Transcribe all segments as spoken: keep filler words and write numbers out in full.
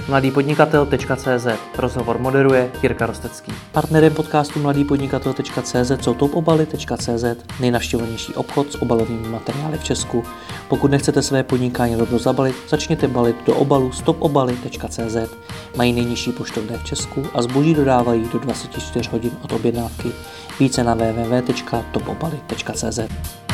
mladý podnikatel tečka cé zet. Rozhovor moderuje Jirka Rostecký. Partnerem podcastu mladý podnikatel tečka cé zet jsou topobaly tečka cé zet, nejnavštěvovanější obchod s obalovými materiály v Česku. Pokud nechcete své podnikání rovnou zabalit, začněte balit do obalu s topobaly tečka cé zet. Mají nejnižší poštovné v Česku a zboží dodávají do dvacet čtyři hodin od objednávky. Více na w w w tečka topobaly tečka cé zet.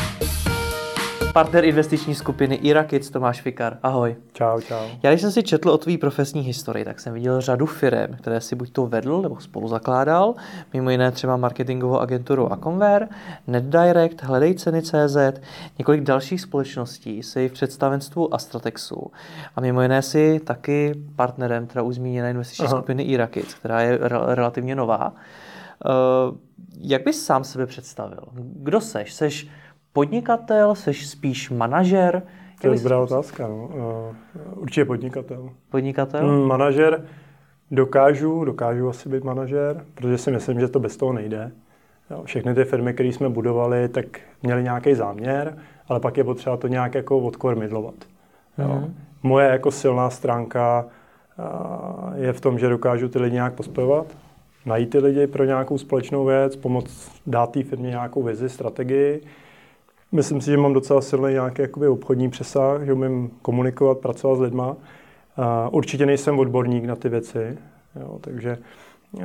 Partner investiční skupiny Irakids Tomáš Fikar. Ahoj. Čau, čau. Já když jsem si četl o tvý profesní historii, tak jsem viděl řadu firem, které si buď to vedl nebo spolu zakládal, mimo jiné třeba marketingovou agenturu Aconver, NetDirect, Hledej ceny tečka cé zet, několik dalších společností si v představenstvu Astratexu a mimo jiné si taky partnerem teda už zmíněné investiční Aha. skupiny Irakids, která je re- relativně nová. Uh, jak bys sám sebe představil? Kdo seš? Seš podnikatel, seš spíš manažer? To je dobrá otázka. No. Uh, určitě podnikatel. Podnikatel? Mm, manažer dokážu, dokážu asi být manažer, protože si myslím, že to bez toho nejde. Jo, všechny ty firmy, které jsme budovali, tak měly nějaký záměr, ale pak je potřeba to nějak jako odkormidlovat. Jo. Mm. Moje jako silná stránka uh, je v tom, že dokážu ty lidi nějak pospojovat, najít ty lidi pro nějakou společnou věc, pomoct dát té firmě nějakou vizi, strategii. Myslím si, že mám docela silný nějaký jakoby obchodní přesah, že umím komunikovat, pracovat s lidma. Uh, určitě nejsem odborník na ty věci, jo, takže uh,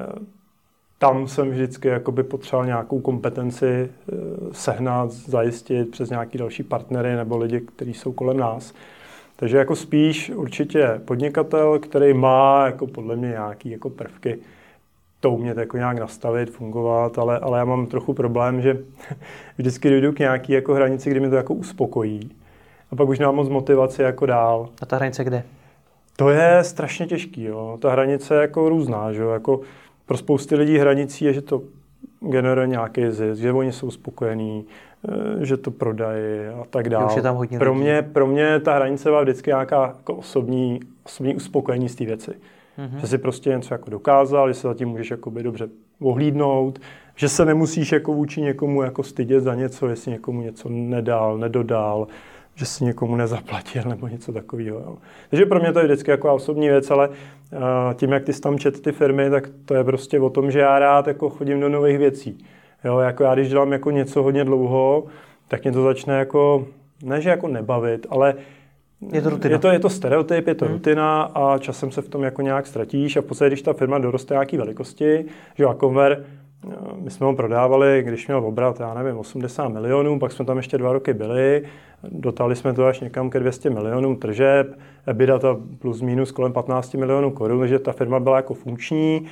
tam jsem vždycky jakoby potřeboval nějakou kompetenci uh, sehnat, zajistit přes nějaký další partnery nebo lidi, kteří jsou kolem nás. Takže jako spíš určitě podnikatel, který má jako podle mě nějaký jako prvky, to umět jako nějak nastavit, fungovat, ale, ale já mám trochu problém, že vždycky dojdu k nějaký jako hranici, kdy mi to jako uspokojí. A pak už nemám moc motivaci jako dál. A ta hranice kde? To je strašně těžký, jo. Ta hranice je jako různá, že jo. Jako pro spousty lidí hranicí je, že to generuje nějaký zisk, že oni jsou spokojení, že to prodají a tak dále. Už je tam hodně pro lidí. mě, pro mě ta hranice byla vždycky nějaká jako osobní, osobní uspokojení z té věci. Mm-hmm. Že si prostě něco jako dokázal, že se zatím můžeš jakoby dobře ohlídnout, že se nemusíš jako vůči někomu jako stydět za něco, jestli někomu něco nedal, nedodal, že si někomu nezaplatil nebo něco takového. Jo. Takže pro mě to je vždycky jako osobní věc, ale uh, tím, jak ty jsi tam čet ty firmy, tak to je prostě o tom, že já rád jako chodím do nových věcí. Jo, jako já když dělám jako něco hodně dlouho, tak mě to začne jako, ne že jako nebavit, ale Je to rutina. Je to, je to stereotyp, je to hmm. rutina a časem se v tom jako nějak ztratíš a v podstatě, když ta firma doroste nějaký velikosti, že Aconver, my jsme ho prodávali, když měl obrat, já nevím, osmdesát milionů, pak jsme tam ještě dva roky byli, dotáhli jsme to až někam ke dvě stě milionů tržeb, EBITDA ta plus minus kolem patnáct milionů korun, takže ta firma byla jako funkční.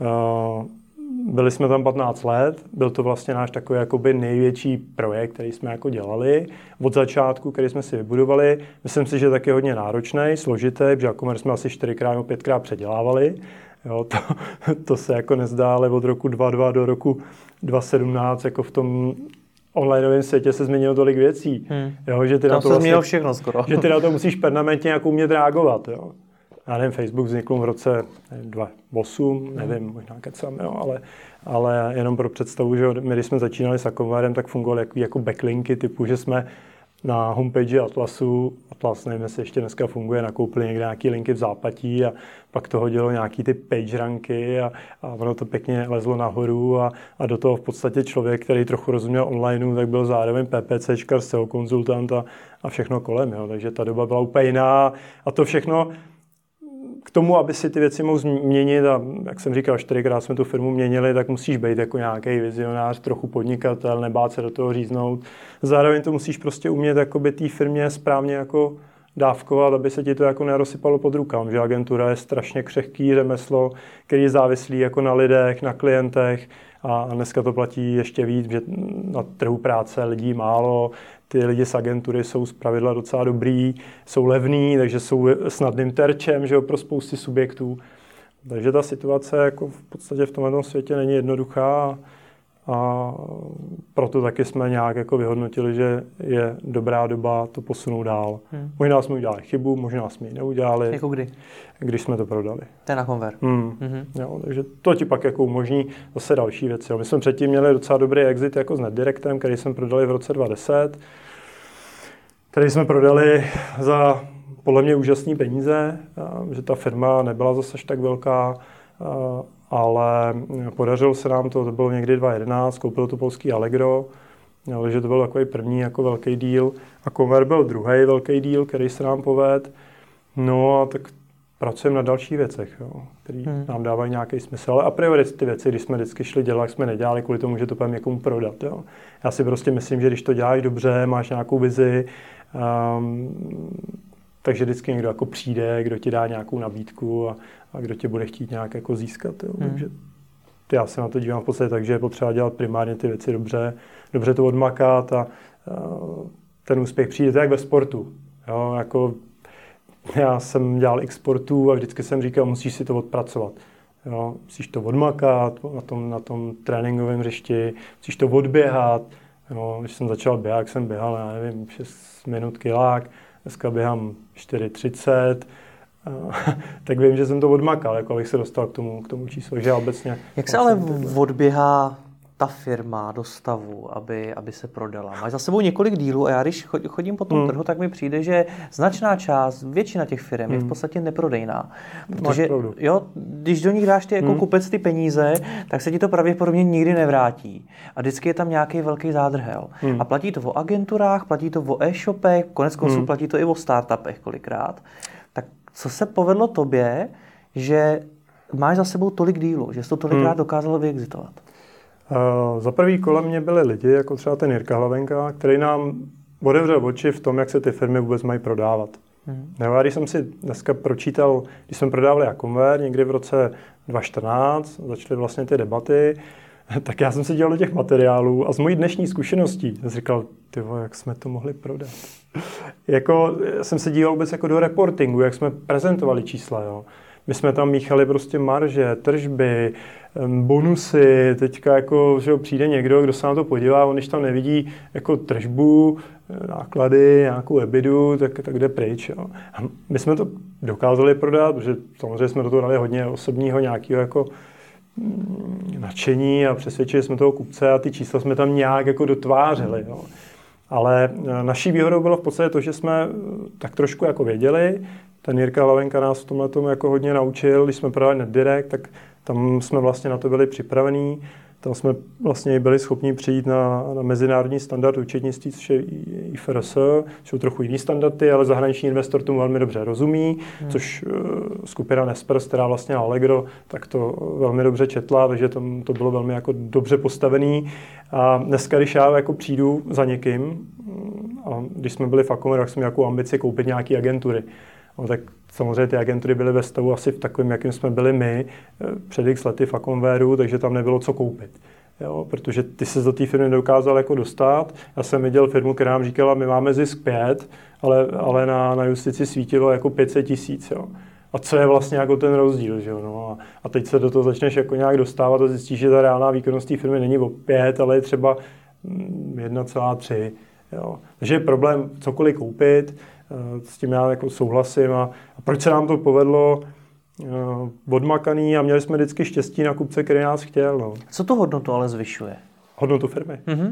Byli jsme tam patnáct let, byl to vlastně náš takový jakoby největší projekt, který jsme jako dělali od začátku, který jsme si vybudovali. Myslím si, že taky hodně náročný, složitý, protože Aconver jsme asi čtyřikrát nebo pětkrát předělávali. Jo, to, to se jako nezdá, ale od roku dva tisíce dva do roku dva tisíce sedmnáct jako v tom onlineovém světě se změnilo tolik věcí. Hmm. Jo, že ty tam na to se vlastně, změnilo všechno skoro. Že ty na to musíš permanentně jako umět reagovat. Jo. Já nevím, Facebook vznikl v roce dva tisíce osm, nevím, hmm. možná kecám, jo, ale, ale jenom pro představu, že my, když jsme začínali s Aconverem, tak fungovaly jako, jako backlinky typu, že jsme na homepage Atlasu, Atlas, nevím, jestli ještě dneska funguje, nakoupili někde nějaký linky v zápatí a pak to hodilo nějaký ty page ranky a, a ono to pěkně lezlo nahoru a, a do toho v podstatě člověk, který trochu rozuměl onlineu, tak byl zároveň PPCčkar, S E O konzultant a, a všechno kolem, jo. Takže ta doba byla úplně jiná a to všechno k tomu, aby si ty věci mohl změnit a jak jsem říkal, čtyřikrát jsme tu firmu měnili, tak musíš být jako nějaký vizionář, trochu podnikatel, nebát se do toho říznout. Zároveň to musíš prostě umět jakoby té firmě správně jako dávkovat, aby se ti to jako nerozsypalo pod rukám, že agentura je strašně křehký řemeslo, který je závislý jako na lidech, na klientech a dneska to platí ještě víc, že na trhu práce lidí málo, ty lidi z agentury jsou zpravidla docela dobrý, jsou levný, takže jsou snadným terčem, že jo, pro spousty subjektů. Takže ta situace jako v podstatě v tomhle světě není jednoduchá a proto taky jsme nějak jako vyhodnotili, že je dobrá doba to posunout dál. Hmm. Možná jsme udělali chybu, možná jsme ji neudělali. Jako kdy? Když jsme to prodali. Ten Aconver. Hmm. Hmm. Jo, takže to ti pak jako umožní zase další věci. My jsme předtím měli docela dobrý exit jako s NetDirectem, který jsme prodali v roce dva tisíce deset, který jsme prodali za podle mě úžasný peníze, že ta firma nebyla zase tak velká, ale podařilo se nám to, to bylo někdy dva tisíce jedenáct, koupil to polský Allegro, takže to byl takový první jako velký deal. A Conver byl druhý velký deal, který se nám povedl. No a tak pracujeme na dalších věcech, jo, které hmm. nám dávají nějaký smysl. Ale a priori ty věci, když jsme vždycky šli dělat, jsme nedělali kvůli tomu, že to budeme někomu prodat. Jo. Já si prostě myslím, že když to děláš dobře, máš nějakou vizi, um, takže vždycky někdo jako přijde, kdo ti dá nějakou nabídku a, a kdo tě bude chtít nějak jako získat. Jo. Hmm. Takže já se na to dívám v podstatě tak, že je potřeba dělat primárně ty věci dobře, dobře to odmakat a, a ten úspěch přijde tak ve sportu. Jo, jako já jsem dělal x sportů a vždycky jsem říkal, musíš si to odpracovat. Jo, musíš to odmakat na tom, na tom tréninkovém hřišti, musíš to odběhat. Jo, když jsem začal běhat, jsem běhal, já nevím, šest minut kilák, dneska běhám čtyři třicet, tak vím, že jsem to odmakal, jako abych se dostal k tomu, k tomu číslu. Že obecně jak se ale odběhá ta firma do stavu, aby, aby se prodala? Máš za sebou několik dílů a já když chodím po tom hmm. trhu, tak mi přijde, že značná část, většina těch firm hmm. je v podstatě neprodejná. Protože jo, když do nich dáš ty jako hmm. kupec ty peníze, tak se ti to pravděpodobně nikdy nevrátí. A vždycky je tam nějaký velký zádrhel. Hmm. A platí to o agenturách, platí to o e-shopech, konec konců hmm. platí to i o startupech kolikrát. Tak co se povedlo tobě, že máš za sebou tolik dílů, že jsi to tolikrát hmm. dokázal vyexitovat? Uh, za prvý kolem mě byli lidi, jako třeba ten Jirka Hlavenka, který nám otevřel oči v tom, jak se ty firmy vůbec mají prodávat. Hmm. No, a když jsem si dneska pročítal, když jsme prodávali Akonver někdy v roce dva tisíce čtrnáct, začaly vlastně ty debaty, tak já jsem si dělal do těch materiálů a z mojí dnešní zkušeností jsem si říkal, tyvo, jak jsme to mohli prodat. Jako, jsem se díval vůbec jako do reportingu, jak jsme prezentovali čísla, jo. My jsme tam míchali prostě marže, tržby, bonusy, teďka jako, že přijde někdo, kdo se na to podívá, on když tam nevidí jako tržbu, náklady, nějakou ebidu, tak, tak jde pryč. Jo. A my jsme to dokázali prodat, protože samozřejmě jsme do toho dali hodně osobního nějakého jako nadšení a přesvědčili jsme toho kupce a ty čísla jsme tam nějak jako dotvářeli. Jo. Ale naší výhodou bylo v podstatě to, že jsme tak trošku jako věděli. Ten Jirka Hlavenka nás v tomhle tomu jako hodně naučil, když jsme prodali NetDirect, tak tam jsme vlastně na to byli připravení. Tam jsme vlastně byli schopni přijít na, na mezinárodní standard účetnictví, což je I F R S, jsou trochu jiný standardy, ale zahraniční investor tomu velmi dobře rozumí, hmm. což uh, skupina Nespers, která vlastně Allegro, tak to velmi dobře četla, takže tam to bylo velmi jako dobře postavený. A dneska, když já jako přijdu za někým, a když jsme byli v Akonveru, tak jsme nějakou ambici koupit nějaké agentury. No, tak samozřejmě ty agentury byly ve stavu asi v takovém, jakým jsme byli my před x lety v Akonveru, takže tam nebylo co koupit. Jo, protože ty se do té firmy nedokázal jako dostat. Já jsem viděl firmu, která nám říkala, my máme zisk pět, ale, ale na, na justici svítilo jako pět set tisíc. Jo. A co je vlastně jako ten rozdíl? Že jo? No, a, a teď se do toho začneš jako nějak dostávat a zjistíš, že ta reálná výkonnost té firmy není o pět, ale je třeba jedna celá tři. Jo. Takže je problém cokoliv koupit, s tím já jako souhlasím. A, a proč se nám to povedlo? Uh, odmakaný a měli jsme vždycky štěstí na kupce, který nás chtěl. No. Co tu hodnotu ale zvyšuje? Hodnotu firmy. Mm-hmm.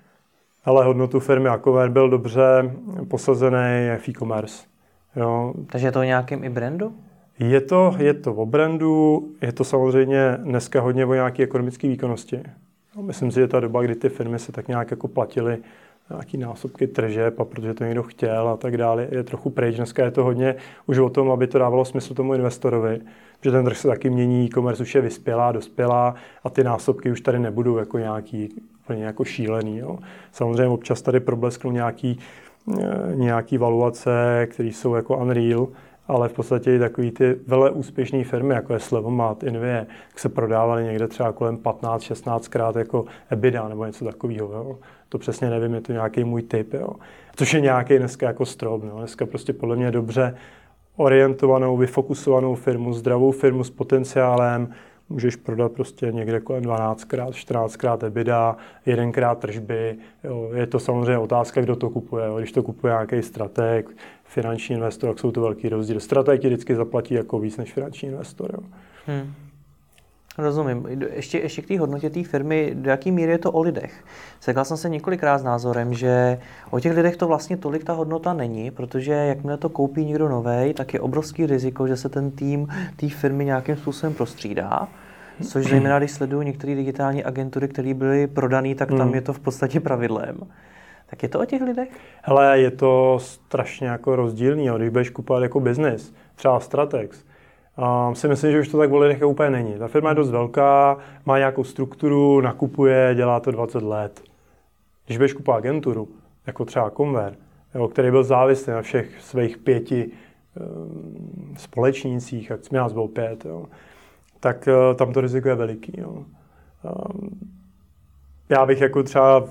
Ale hodnotu firmy Akonver byl dobře posazený v e-commerce. Jo. Takže je to o nějakém i brandu? Je to, je to o brandu, je to samozřejmě dneska hodně o nějaké ekonomické výkonnosti. No, myslím si, že ta doba, kdy ty firmy se tak nějak jako platily nějaký násobky tržeb a protože to někdo chtěl a tak dále, je trochu pryč. Dneska je to hodně už o tom, aby to dávalo smysl tomu investorovi, že ten trh se taky mění, e-commerce už je vyspělá, dospělá a ty násobky už tady nebudou jako nějaký úplně jako šílený. Jo. Samozřejmě občas tady problesknou nějaký, nějaký valuace, které jsou jako unreal, ale v podstatě i takový ty vele úspěšné firmy, jako je Slevomat, Invie, jak se prodávaly někde třeba kolem patnáct šestnáct krát jako EBITDA nebo něco takového. Jo. To přesně nevím, je to nějaký můj tip. Jo. Což je nějaký dneska jako strop. No. Dneska prostě podle mě dobře orientovanou, vyfokusovanou firmu, zdravou firmu s potenciálem, můžeš prodat prostě někde kolem dvanáct krát, čtrnáct krát EBITDA, jedenkrát tržby. Jo. Je to samozřejmě otázka, kdo to kupuje. Jo. Když to kupuje nějaký strateg, finanční investor, tak jsou to velký rozdíl. Strateg ti vždycky zaplatí jako víc než finanční investor. Jo. Hmm. Rozumím. Ještě, ještě k té hodnotě té firmy, do jaký míry je to o lidech? Setkal jsem se několikrát s názorem, že o těch lidech to vlastně tolik ta hodnota není, protože jakmile to koupí někdo novej, tak je obrovský riziko, že se ten tým té firmy nějakým způsobem prostřídá. Což zejména, když sleduju některé digitální agentury, které byly prodané, tak tam hmm. je to v podstatě pravidlem. Tak je to o těch lidech? Hele, je to strašně jako rozdílný, jo. Když budeš kupovat jako biznis, třeba Stratex, um, si myslím, že už to tak o lidech úplně není. Ta firma je dost velká, má nějakou strukturu, nakupuje, dělá to dvacet let. Když budeš kupovat agenturu, jako třeba Conver, jo, který byl závislý na všech svých pěti um, společnících, jak nás bylo pět, jo, tak uh, tam to riziko je veliký. Jo. Um, já bych jako třeba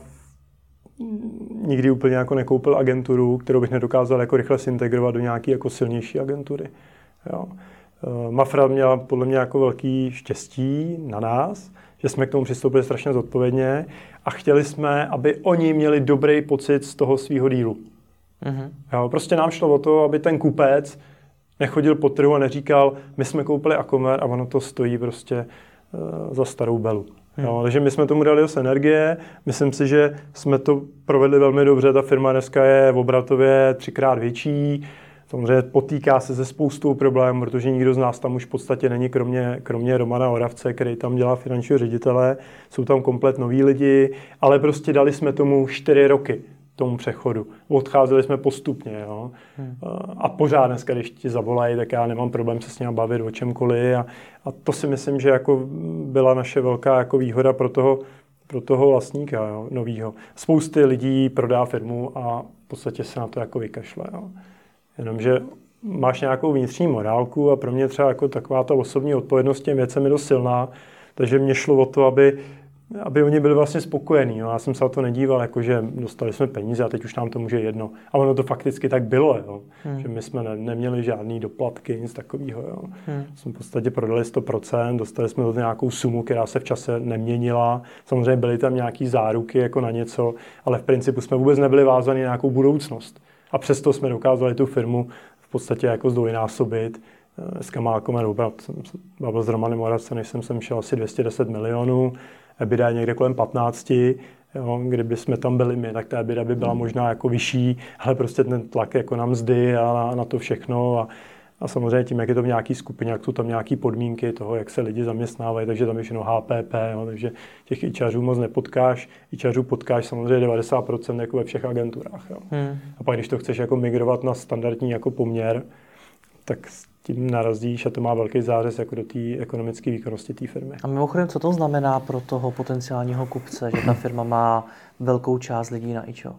nikdy úplně jako nekoupil agenturu, kterou bych nedokázal jako rychle integrovat do nějaké jako silnější agentury. Jo. Uh, Mafra měla podle mě jako velký štěstí na nás, že jsme k tomu přistoupili strašně zodpovědně a chtěli jsme, aby oni měli dobrý pocit z toho svýho dílu. Mm-hmm. Jo, prostě nám šlo o to, aby ten kupec nechodil po trhu a neříkal, my jsme koupili Akomer a ono to stojí prostě uh, za starou belu. Hmm. Jo, takže my jsme tomu dali dost energie, myslím si, že jsme to provedli velmi dobře, ta firma dneska je obratově třikrát větší, samozřejmě potýká se se spoustou problémů, protože nikdo z nás tam už v podstatě není, kromě, kromě Romana Oravce, který tam dělá finančního ředitele, jsou tam komplet noví lidi, ale prostě dali jsme tomu čtyři roky. Tomu přechodu. Odcházeli jsme postupně. Jo. Hmm. A pořád dneska, když ti zavolají, tak já nemám problém se s ním bavit o čemkoliv. A, a to si myslím, že jako byla naše velká jako výhoda pro toho, pro toho vlastníka jo, novýho. Spousty lidí prodá firmu a v podstatě se na to jako vykašle. Jo. Jenomže máš nějakou vnitřní morálku a pro mě třeba jako taková ta osobní odpovědnost těm věcem je dost silná, takže mě šlo o to, aby aby oni byli vlastně spokojení. Jo. Já jsem se na to nedíval, jakože dostali jsme peníze a teď už nám to může jedno. A ono to fakticky tak bylo, jo. Hmm. Že my jsme ne, neměli žádný doplatky, nic takového. Jo. Hmm. Jsme v podstatě prodali sto procent, dostali jsme to nějakou sumu, která se v čase neměnila. Samozřejmě byly tam nějaké záruky jako na něco, ale v principu jsme vůbec nebyli vázaní na nějakou budoucnost. A přesto jsme dokázali tu firmu v podstatě jako zdvojnásobit. Dneska má Akomer obrat, jsem bavil s Romanem Oravcem, než jsem sem šel asi dvě stě deset milionů. EBITDA je někde kolem patnáct, jo, kdyby jsme tam byli my, tak ta EBITDA by byla možná jako vyšší, ale prostě ten tlak jako na mzdy a na, na to všechno a, a samozřejmě tím, jak je to v nějaký skupině, jak jsou tam nějaké podmínky toho, jak se lidi zaměstnávají, takže tam je všechno H P P, jo, takže těch ičařů moc nepotkáš, ičařů potkáš samozřejmě devadesát procent jako ve všech agenturách. Jo. Hmm. A pak když to chceš jako migrovat na standardní jako poměr, tak tím narazíš a to má velký zářez jako do té ekonomické výkonnosti té firmy. A mimochodem, co to znamená pro toho potenciálního kupce, že ta firma má velkou část lidí na ičo?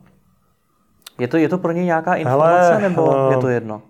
Je to, je to pro ně nějaká informace, Hele, nebo uh, je to jedno?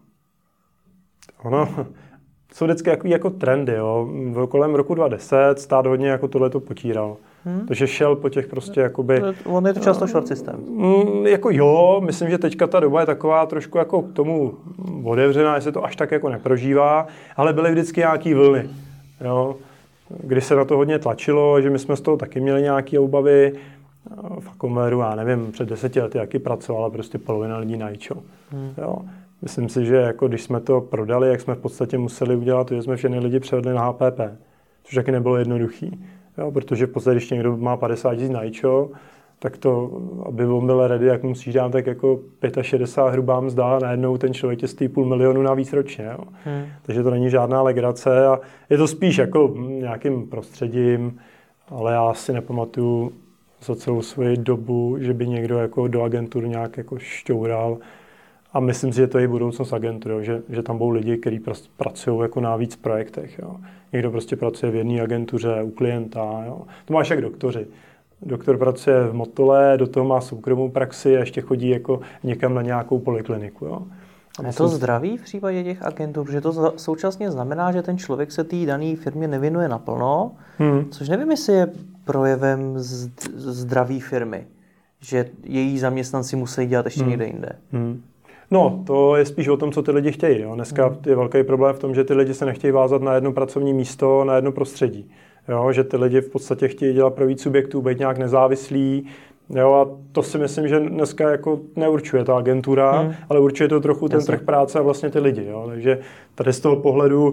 Ono, jsou vždycky jako, jako trendy. Jo. Kolem roku dva tisíce deset stát hodně jako tohleto potíral. Hmm. Takže šel po těch prostě jakoby... On je to často short systém. Mm, jako jo, myslím, že teďka ta doba je taková trošku jako k tomu otevřená, jestli to až tak jako neprožívá, ale byly vždycky nějaký vlny, jo, kdy se na to hodně tlačilo, že my jsme z toho taky měli nějaké obavy. V Akomeru, já nevím, před deseti lety jaký pracovala prostě polovina lidí na ičo. Hmm. Jo. Myslím si, že jako když jsme to prodali, jak jsme v podstatě museli udělat, že jsme všechny lidi převedli na H P P, což taky nebylo jednoduchý. Jo, protože v podstatě, když někdo má padesát tisíc na ičo, tak to, aby on byl ready, jak musíš dát tak jako šedesát pět hrubá mzda a najednou ten člověk je stojí půl milionu navíc ročně. Jo. Hmm. Takže to není žádná legrace a je to spíš jako nějakým prostředím, ale já si nepamatuju za celou svoji dobu, že by někdo jako do agentur nějak jako šťoural. A myslím si, že to je i budoucnost agentury, že, že tam budou lidi, kteří pr- pracují jako na víc projektech. Jo. Někdo prostě pracuje v jedné agentuře u klienta. Jo. To máš jak doktoři. Doktor pracuje v Motole, do toho má soukromou praxi a ještě chodí jako někam na nějakou polikliniku. Jo. A je to zdraví v případě těch agentů, protože to současně znamená, že ten člověk se té dané firmě nevěnuje naplno, hmm. což nevím, jestli je projevem zdraví firmy, že její zaměstnanci musí dělat ještě hmm. někde jinde. Hmm. No, to je spíš o tom, co ty lidi chtějí. Jo. Dneska hmm. je velký problém v tom, že ty lidi se nechtějí vázat na jedno pracovní místo, na jedno prostředí. Jo, že ty lidi v podstatě chtějí dělat pro víc subjektů, být nějak nezávislí. Jo, a to si myslím, že dneska jako neurčuje ta agentura, hmm. ale určuje to trochu ten trh práce a vlastně ty lidi. Jo. Takže tady z toho pohledu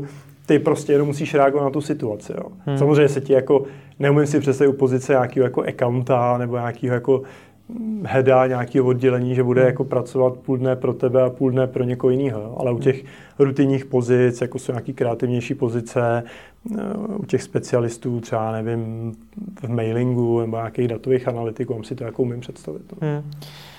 ty prostě jenom musíš reagovat na tu situaci. Jo. Hmm. Samozřejmě se ti jako, neumím si představit u pozice nějakého jako accounta nebo nějakého jako heada, nějakého oddělení, že bude hmm. jako pracovat půl dne pro tebe a půl dne pro někoho jiného. Ale u těch rutinních pozic, jako jsou nějaké kreativnější pozice, u těch specialistů třeba, nevím, v mailingu nebo nějakých datových analytiků, mám si to jako umím představit. No. Hmm.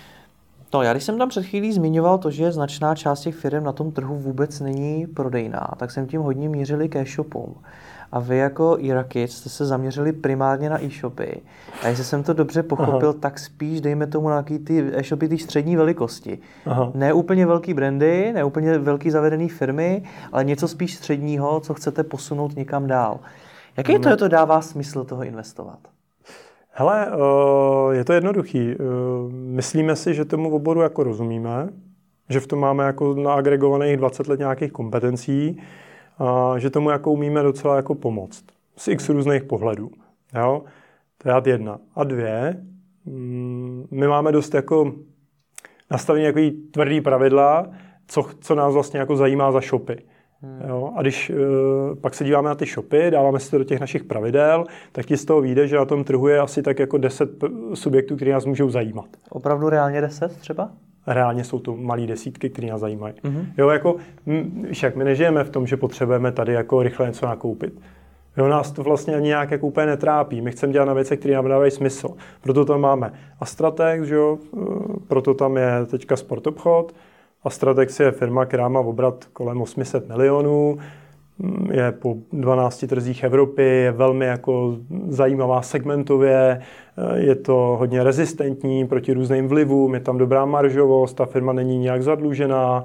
No, já když jsem tam před chvílí zmiňoval to, že značná část těch firm na tom trhu vůbec není prodejná, tak jsem tím hodně mířili ke e-shopům. A vy jako Irakids jste se zaměřili primárně na e-shopy. A jestli jsem to dobře pochopil, Aha. tak spíš dejme tomu nějaký ty e-shopy ty střední velikosti. Aha. Ne úplně velký brandy, ne úplně velký zavedený firmy, ale něco spíš středního, co chcete posunout někam dál. Jaký hmm. to, je to dává smysl toho investovat? Hele, je to jednoduchý. Myslíme si, že tomu oboru jako rozumíme, že v tom máme jako naagregovaných dvacet let nějakých kompetencí, a že tomu jako umíme docela jako pomoct. Z x různých pohledů. Jo? To je ad jedna. A dvě, my máme dost jako nastavený takový tvrdý pravidla, co, co nás vlastně jako zajímá za shopy. Hmm. Jo? A když uh, pak se díváme na ty shopy, dáváme si to do těch našich pravidel, tak ti z toho vyjde, že na tom trhu je asi tak jako deset subjektů, které nás můžou zajímat. Opravdu reálně deset třeba? Reálně jsou to malé desítky, které nás zajímají. Mm-hmm. Jo, jako, víš jak, my nežijeme v tom, že potřebujeme tady jako rychle něco nakoupit. Jo, nás to vlastně ani nějak jako úplně netrápí. My chceme dělat na věcech, které nám dávají smysl. Proto tam máme Astratex, že jo? Proto tam je teďka Sportobchod. Astratex je firma, která má obrat kolem osm set milionů, je po dvanácti trzích Evropy, je velmi jako zajímavá segmentově, je to hodně rezistentní proti různým vlivům, je tam dobrá maržovost, ta firma není nějak zadlužená,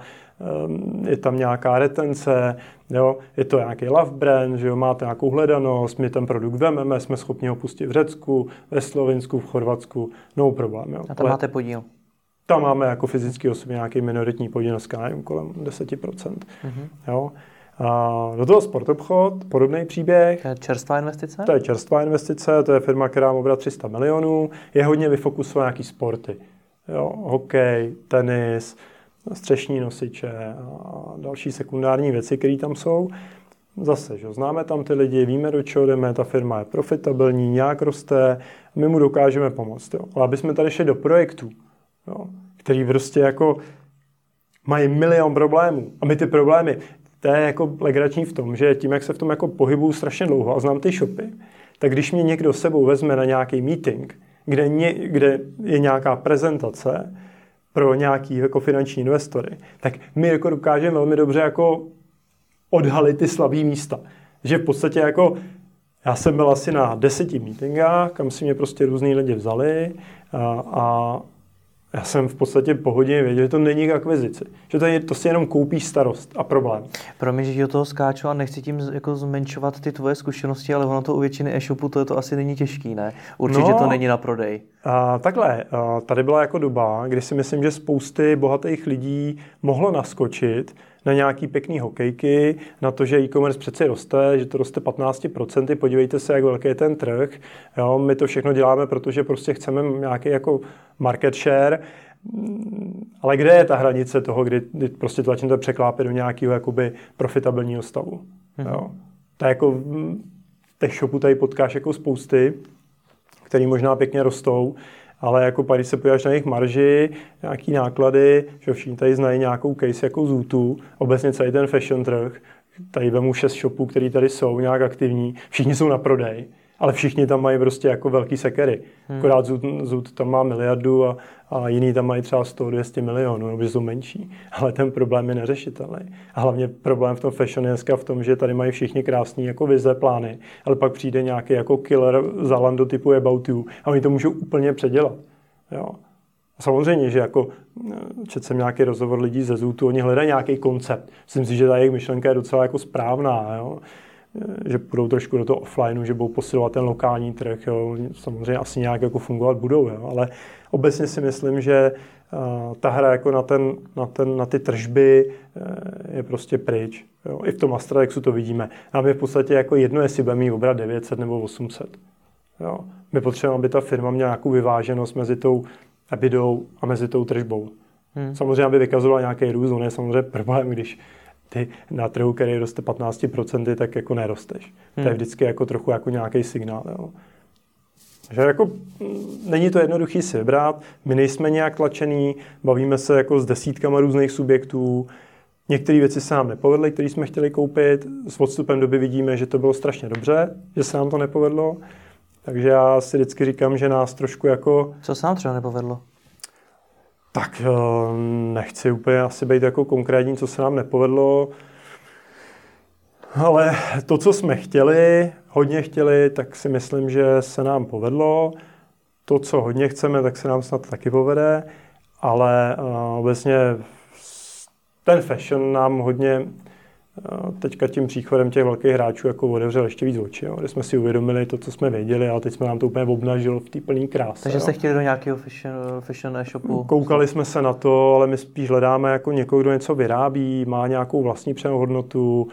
je tam nějaká retence, jo, je to nějaký love brand, že jo, máte nějakou hledanost, my ten produkt vememe, jsme schopni ho pustit v Řecku, ve Slovinsku, v Chorvatsku, no problém. Jo. A tam máte podíl? Tam máme jako fyzický osobě nějaký minoritní podíl, dneska nevím, kolem deset procent. Mm-hmm. Jo. A do toho Sportobchod, podobný příběh. To je čerstvá investice? To je čerstvá investice, to je firma, která má obrat tři sta milionů, je hodně vyfokusovaná nějaký sporty. Jo, hokej, tenis, střešní nosiče a další sekundární věci, které tam jsou. Zase, že známe tam ty lidi, víme, do čeho jdeme, ta firma je profitabilní, nějak roste, my mu dokážeme pomoct. Jo. Ale aby jsme tady šli do projektů, jo, který prostě jako mají milion problémů a my ty problémy, to je jako legrační v tom, že tím, jak se v tom jako pohybuju strašně dlouho a znám ty shopy, tak když mě někdo s sebou vezme na nějaký meeting, kde, ně, kde je nějaká prezentace pro nějaký jako finanční investory, tak my jako dokážeme velmi dobře jako odhalit ty slabý místa. Že v podstatě jako já jsem byl asi na deseti meetingách, kam si mě prostě různý lidi vzali a, a já jsem v podstatě po hodině věděl, že to není k akvizici. Že to, je, to si jenom koupíš starost a problém. Promiň, že do toho skáču a nechci tím jako zmenšovat ty tvoje zkušenosti, ale ono to u většiny e-shopů to, je to asi není těžký, ne? Určitě no, to není na prodej. A, takhle, a, tady byla jako doba, kdy si myslím, že spousty bohatých lidí mohlo naskočit na nějaký pěkný hokejky, na to, že e-commerce přece roste, že to roste patnáct procent. Podívejte se, jak velký je ten trh. Jo, my to všechno děláme, protože prostě chceme nějaký jako market share. Ale kde je ta hranice toho, kdy, kdy prostě to začnete překlápit do nějakého jakoby profitabilního stavu? Mm-hmm. Jo. To je jako v těch shopů tady potkáš jako spousty, který možná pěkně rostou, ale jako když se podíváš na jejich marži, nějaký náklady, že všichni tady znají nějakou case jako Zootu, obecně celý ten fashion trh, tady vemu šest shopů, který tady jsou nějak aktivní, všichni jsou na prodej, ale všichni tam mají prostě jako velký sekery. Hmm. Akorát Zoot, Zoot tam má miliardu a, a jiný tam mají třeba sto dvě stě milionů, nebo že jsou menší. Ale ten problém je neřešitelný. A hlavně problém v tom fashion je dneska v tom, že tady mají všichni krásný jako vize, plány, ale pak přijde nějaký jako killer Zalando typu About You a oni to můžou úplně předělat. Jo. A samozřejmě, že jako četl jsem nějaký rozhovor lidí ze Zootu, oni hledají nějaký koncept. Myslím si, že ta jejich myšlenka je docela jako správná, jo. Že půjdou trošku do toho offlineu, že budou posilovat ten lokální trh, jo. Samozřejmě asi nějak jako fungovat budou, jo. Ale obecně si myslím, že uh, ta hra jako na, ten, na, ten, na ty tržby uh, je prostě pryč. Jo. I v tom Astratexu to vidíme. Nám je v podstatě jako jedno, jestli bude mít obrat devět set nebo osm set. Jo. My potřebujeme, aby ta firma měla nějakou vyváženost mezi tou ebidou a mezi tou tržbou. Hmm. Samozřejmě, aby vykazovala nějaký růst, on je samozřejmě problém, když ty na trhu, který roste patnáct procent, tak jako nerosteš. Hmm. To je vždycky jako trochu jako nějaký signál. Jo. Takže jako není to jednoduchý si vybrat, my nejsme nějak tlačený, bavíme se jako s desítkama různých subjektů, některé věci se nám nepovedly, které jsme chtěli koupit, s odstupem doby vidíme, že to bylo strašně dobře, že se nám to nepovedlo, takže já si vždycky říkám, že nás trošku jako... Co se nám třeba nepovedlo? Tak nechci úplně asi být jako konkrétní, co se nám nepovedlo, ale to, co jsme chtěli, hodně chtěli, tak si myslím, že se nám povedlo. To, co hodně chceme, tak se nám snad taky povede, ale uh, obecně ten fashion nám hodně uh, teďka tím příchodem těch velkých hráčů jako otevřel ještě víc oči, jo, kde jsme si uvědomili to, co jsme věděli, ale teď jsme nám to úplně obnažilo v té plné kráse. Takže jo. jste chtěli do nějakého fashion, fashion e-shopu? Koukali jsme se na to, ale my spíš hledáme jako někoho, kdo něco vyrábí, má nějakou vlastní přenou hodnotu,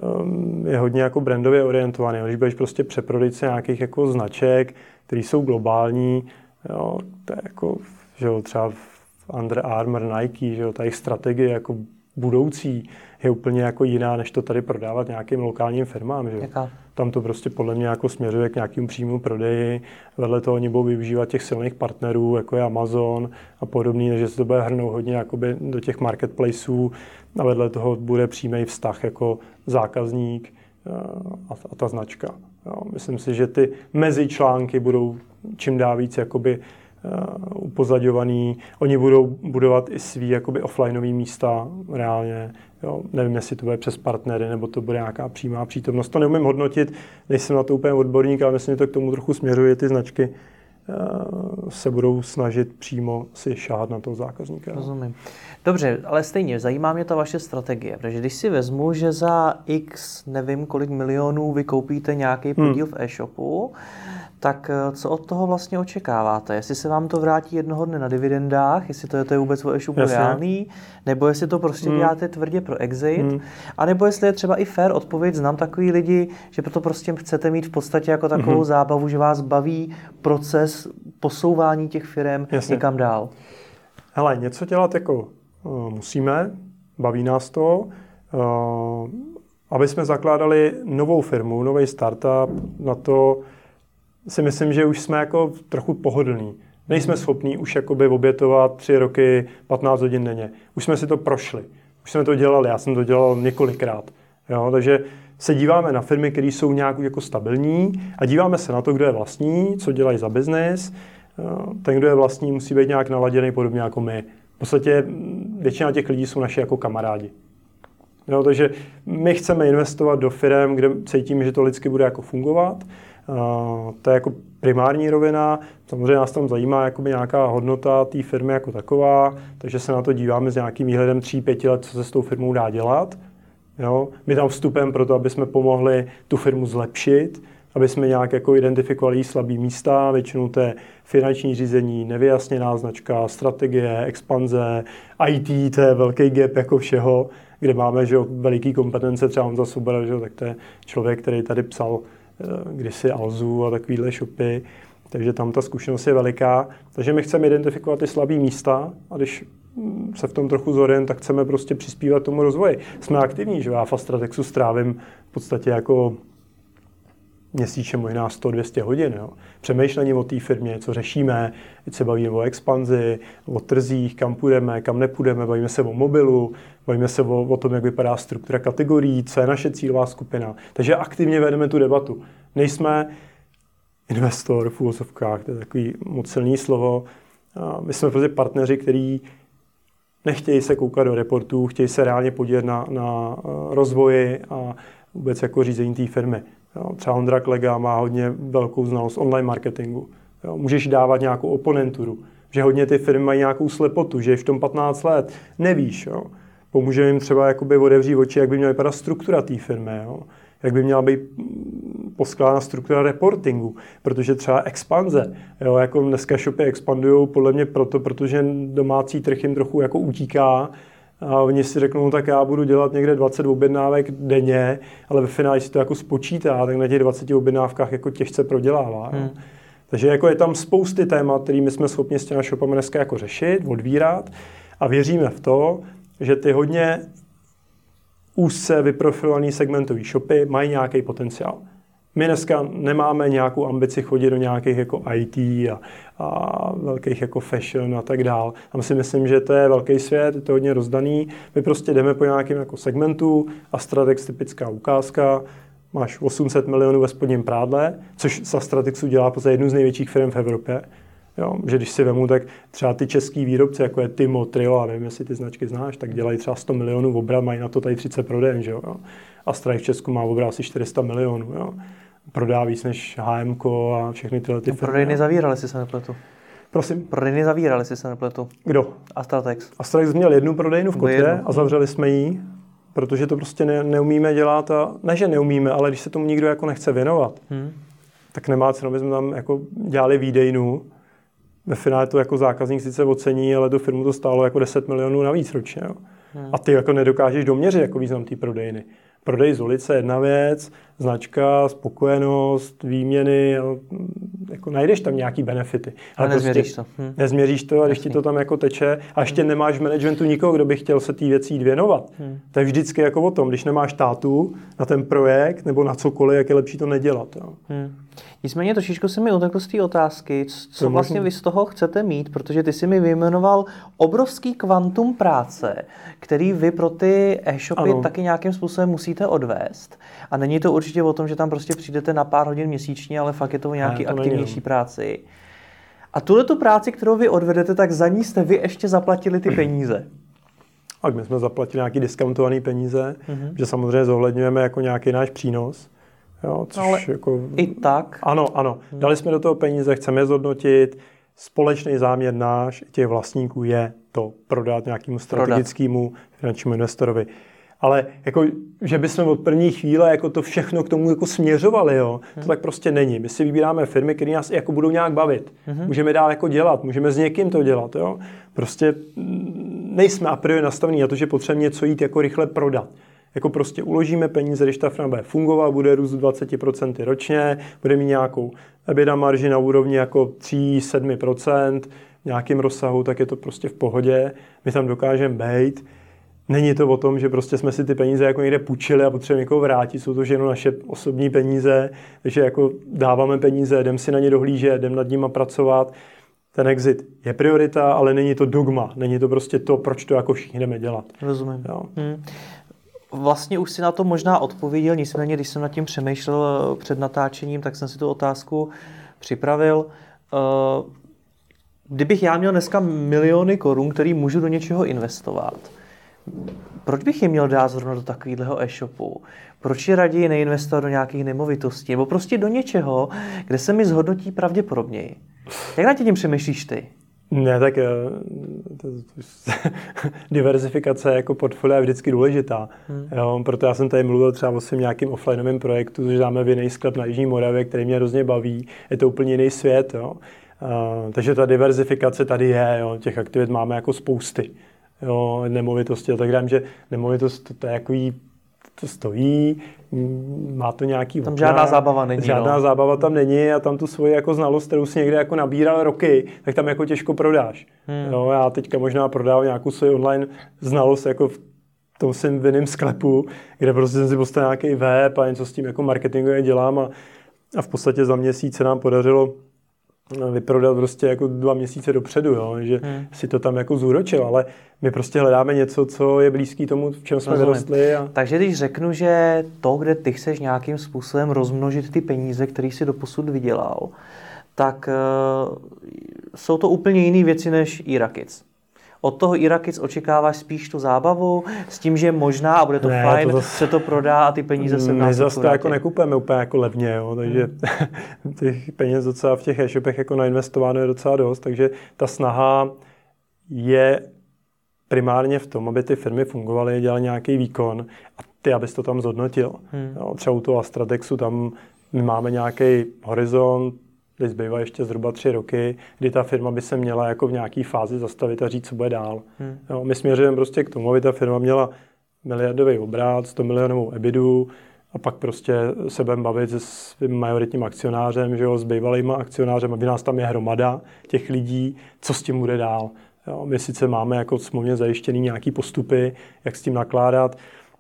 je hodně jako brandově orientovaný. Když budeš prostě přeprodejce nějakých jako značek, které jsou globální, jo, to je jako, že jo, třeba Under Armour, Nike, že jo, ta jejich strategie jako budoucí je úplně jako jiná, než to tady prodávat nějakým lokálním firmám. Že? Tam to prostě podle mě jako směřuje k nějakému přímému prodeji. Vedle toho oni budou využívat těch silných partnerů, jako je Amazon a podobný, takže se to bude hrnout hodně jakoby do těch marketplaceů a vedle toho bude přímý vztah jako zákazník a, a ta značka. Jo. Myslím si, že ty mezičlánky budou čím dál víc jakoby Uh, upozadňovaný. Oni budou budovat i svý jakoby offlineový místa reálně. Jo. Nevím, jestli to bude přes partnery, nebo to bude nějaká přímá přítomnost. To neumím hodnotit, nejsem na to úplně odborník, ale myslím, že to k tomu trochu směřuje. Ty značky uh, se budou snažit přímo si šáhat na toho zákazníka. Rozumím. Dobře, ale stejně zajímá mě ta vaše strategie, protože když si vezmu, že za x nevím kolik milionů vy koupíte nějaký podíl hmm. v e-shopu, tak co od toho vlastně očekáváte? Jestli se vám to vrátí jednoho dne na dividendách, jestli to je, to je vůbec o e-shopu reálný, nebo jestli to prostě hmm. děláte tvrdě pro exit, hmm. anebo jestli je třeba i fair odpověď, znám takový lidi, že proto prostě chcete mít v podstatě jako takovou hmm. zábavu, že vás baví proces posouvání těch firem Jasně. někam dál. Hele, něco dělat jako uh, musíme, baví nás to, uh, aby jsme zakládali novou firmu, nový startup, na to si myslím, že už jsme jako trochu pohodlní. Nejsme schopní už jakoby obětovat tři roky, patnáct hodin denně. Už jsme si to prošli. Už jsme to dělali, já jsem to dělal několikrát. Jo? Takže se díváme na firmy, které jsou nějak jako stabilní a díváme se na to, kdo je vlastní, co dělají za biznis. Ten, kdo je vlastní, musí být nějak naladěný podobně jako my. V podstatě většina těch lidí jsou naši jako kamarádi. Jo? Takže my chceme investovat do firm, kde cítíme, že to lidsky bude jako fungovat. Uh, to je jako primární rovina, samozřejmě nás tam zajímá jakoby nějaká hodnota té firmy jako taková, takže se na to díváme s nějakým výhledem tří, pěti let, co se s tou firmou dá dělat. Jo? My tam vstupujeme proto, aby jsme pomohli tu firmu zlepšit, aby jsme nějak jako identifikovali slabý místa, většinou to je finanční řízení, nevyjasněná značka, strategie, expanze, í té, to je velký gap jako všeho, kde máme že, veliký kompetence, třeba Honza Svoboda, že, tak to je člověk, který tady psal kdysi Alzu a takovýhle shopy, takže tam ta zkušenost je veliká. Takže my chceme identifikovat ty slabý místa a když se v tom trochu zorientujeme, tak chceme prostě přispívat tomu rozvoji. Jsme aktivní, že já v Astratexu strávím v podstatě jako měsíčně možná sto dvě stě hodin. Jo. Přemýšlení o té firmě, co řešíme, teď se bavíme o expanzi, o trzích, kam půjdeme, kam nepůjdeme, bavíme se o mobilu, bavíme se o, o tom, jak vypadá struktura kategorií, co je naše cílová skupina. Takže aktivně vedeme tu debatu. Nejsme investor v úvozovkách, to je takový moc silný slovo. My jsme prostě partneři, kteří nechtějí se koukat do reportů, chtějí se reálně podílet na, na rozvoji a vůbec jako řízení té firmy. Jo, třeba Ondra Klega má hodně velkou znalost online marketingu. Jo, můžeš dávat nějakou oponenturu, že hodně ty firmy mají nějakou slepotu, že je v tom patnáct let, nevíš. Jo. Pomůže jim třeba jakoby otevřít oči, jak by měla vypadat struktura té firmy, jo. Jak by měla být poskládána struktura reportingu, protože třeba expanze, jo, jako dneska shopy expandují podle mě proto, protože domácí trh jim trochu jako utíká. A oni si řeknou, tak já budu dělat někde dvacet objednávek denně, ale ve finále si to jako spočítá, tak na těch dvaceti objednávkách jako těžce prodělává. Hmm. Takže jako je tam spousty témat, které my jsme schopni s těma shopama dneska jako řešit, odvírat a věříme v to, že ty hodně úzce vyprofilovaný segmentový shopy mají nějaký potenciál. My dneska nemáme nějakou ambici chodit do nějakých jako í té a, a velkých jako fashion a tak dál. Tam si myslím, že to je velký svět, je to hodně rozdaný. My prostě jdeme po nějakém jako segmentu, Astratex typická ukázka, máš osm set milionů ve spodním prádle, což z Astratexu dělá pouze jednu z největších firm v Evropě. Jo, že když si vemu, tak třeba ty český výrobci, jako je Timo, Trio, a nevím, jestli ty značky znáš, tak dělají třeba sto milionů obrat, mají na to tady třicet prodejen, že jo. Astra v Česku má obrat asi čtyři sta milionů, jo. Prodá víc než H M ko a všechny tyhle ty no, firmy. Prodejny zavírali, jestli se nepletu. Prosím? Prodejny zavírali, jestli se nepletu. Kdo? Astratex. Astratex měl jednu prodejnu v Kotvě a zavřeli jsme ji, protože to prostě ne, neumíme dělat a ne, že neumíme, ale když se tomu nikdo jako nechce věnovat, hmm. tak nemá cenu, aby jsme tam jako dělali výdejnu. Ve finále to jako zákazník sice ocení, ale tu firmu to stálo jako deset milionů navíc ročně. Jo. Hmm. A ty jako nedokážeš doměřit jako význam té prodejny. Prodej z ulice je jedna věc, značka, spokojenost, výměny, jo, jako najdeš tam nějaký benefity. Ale, ale nezměříš prostě to. Hm. Nezměříš to a když ti to tam jako teče a ještě hm. nemáš v managementu nikoho, kdo by chtěl se té věcí jít věnovat. Hm. To je vždycky jako o tom, když nemáš tátu na ten projekt nebo na cokoliv, jak je lepší to nedělat. Jo. Hm. Nicméně trošičku se mi uteklo z té otázky, co to vlastně možný. Vy z toho chcete mít, protože ty si mi vyjmenoval obrovský kvantum práce, který vy pro ty e-shopy ano. taky nějakým způsobem musíte odvést. A není to určitě o tom, že tam prostě přijdete na pár hodin měsíčně, ale fakt je to o nějaký ne, to aktivnější není. práci. A tuhle tu práci, kterou vy odvedete, tak za ní jste vy ještě zaplatili ty peníze. Tak my jsme zaplatili nějaký diskontovaný peníze, mm-hmm. že samozřejmě zohledňujeme jako nějaký náš přínos. Jo, což ale jako, i tak. Ano, ano. Dali jsme do toho peníze, chceme je zhodnotit. Společný záměr náš těch vlastníků je to prodat nějakému strategickému finančnímu investorovi. Ale jako, že bychom od první chvíle jako to všechno k tomu jako směřovali, jo, hmm. to tak prostě není. My si vybíráme firmy, které nás jako budou nějak bavit. Hmm. Můžeme dál jako dělat, můžeme s někým to dělat, jo. Prostě nejsme a priori nastavení na to, že potřebujeme něco jít jako rychle prodat. Jako prostě uložíme peníze, když ta firma bude fungovat, bude růst dvacet procent ročně, bude mít nějakou EBITDA marži na úrovni jako tři až sedm procent v nějakém rozsahu, tak je to prostě v pohodě. My tam dokážeme bejt. Není to o tom, že prostě jsme si ty peníze jako někde půjčili a potřebujeme někoho vrátit, jsou to jenom naše osobní peníze, takže jako dáváme peníze, jdem si na ně dohlížet, jdem nad nima pracovat. Ten exit je priorita, ale není to dogma, není to prostě to, proč to jako všichni jdeme dělat. Rozumím. Jo. Hmm. Vlastně už si na to možná odpověděl, nicméně, když jsem nad tím přemýšlel před natáčením, tak jsem si tu otázku připravil. Kdybych já měl dneska miliony korun, který můžu do něčeho investovat, proč bych je měl dát zrovna do takového e-shopu? Proč je raději neinvestovat do nějakých nemovitostí? Nebo prostě do něčeho, kde se mi zhodnotí pravděpodobněji? Jak na tím přemýšlíš ty? Ne, tak to, to, diverzifikace jako portfolia je vždycky důležitá. Hmm. Jo, proto já jsem tady mluvil třeba o svým nějakým offlineovém projektu, že dáme vinný sklep na Jižní Moravě, který mě hrozně baví. Je to úplně jiný svět. Jo. Uh, takže ta diverzifikace tady je. Jo. Těch aktivit máme jako spousty. Jo, nemovitosti a tak dále, že nemovitost to je jaký, to stojí, má to nějaký tam okna, žádná zábava není. Žádná no. zábava tam není a tam tu svoji jako znalost, kterou si někde jako nabíral roky, tak tam jako těžko prodáš. Hmm. Jo, já teďka možná prodávám nějakou svoji online znalost jako v tom svým vinným sklepu, kde prostě jsem si postavil nějaký web a něco s tím jako marketingově dělám a, a v podstatě za měsíc se nám podařilo vyprodat prostě jako dva měsíce dopředu, jo, že hmm. si to tam jako zúročil, ale my prostě hledáme něco, co je blízký tomu, v čem jsme Rozumím. vyrostli. A... Takže když řeknu, že to, kde ty chceš nějakým způsobem rozmnožit ty peníze, které jsi doposud vydělal, tak uh, jsou to úplně jiné věci než e-Rakic. Od toho e-Rakic očekáváš spíš tu zábavu s tím, že možná, a bude to ne, fajn, to zase... se to prodá a ty peníze se my zase to jako nekupujeme úplně jako levně, jo, takže hmm. těch peněz docela v těch e-shopech jako nainvestováno je docela dost, takže ta snaha je primárně v tom, aby ty firmy fungovaly, dělaly nějaký výkon a ty, abys to tam zhodnotil. Hmm. Jo, třeba u toho Astratexu tam my máme nějaký horizont, když zbývá ještě zhruba tři roky, kdy ta firma by se měla jako v nějaké fázi zastavit a říct, co bude dál. Hmm. Jo, my směřujeme prostě k tomu, aby ta firma měla miliardový obrat, sto milionovou ebidu a pak prostě se budeme bavit se svým majoritním akcionářem, že jo, s bývalýma akcionářem, aby nás tam je hromada těch lidí, co s tím bude dál. Jo, my sice máme jako smluvně zajištěný nějaký postupy, jak s tím nakládat,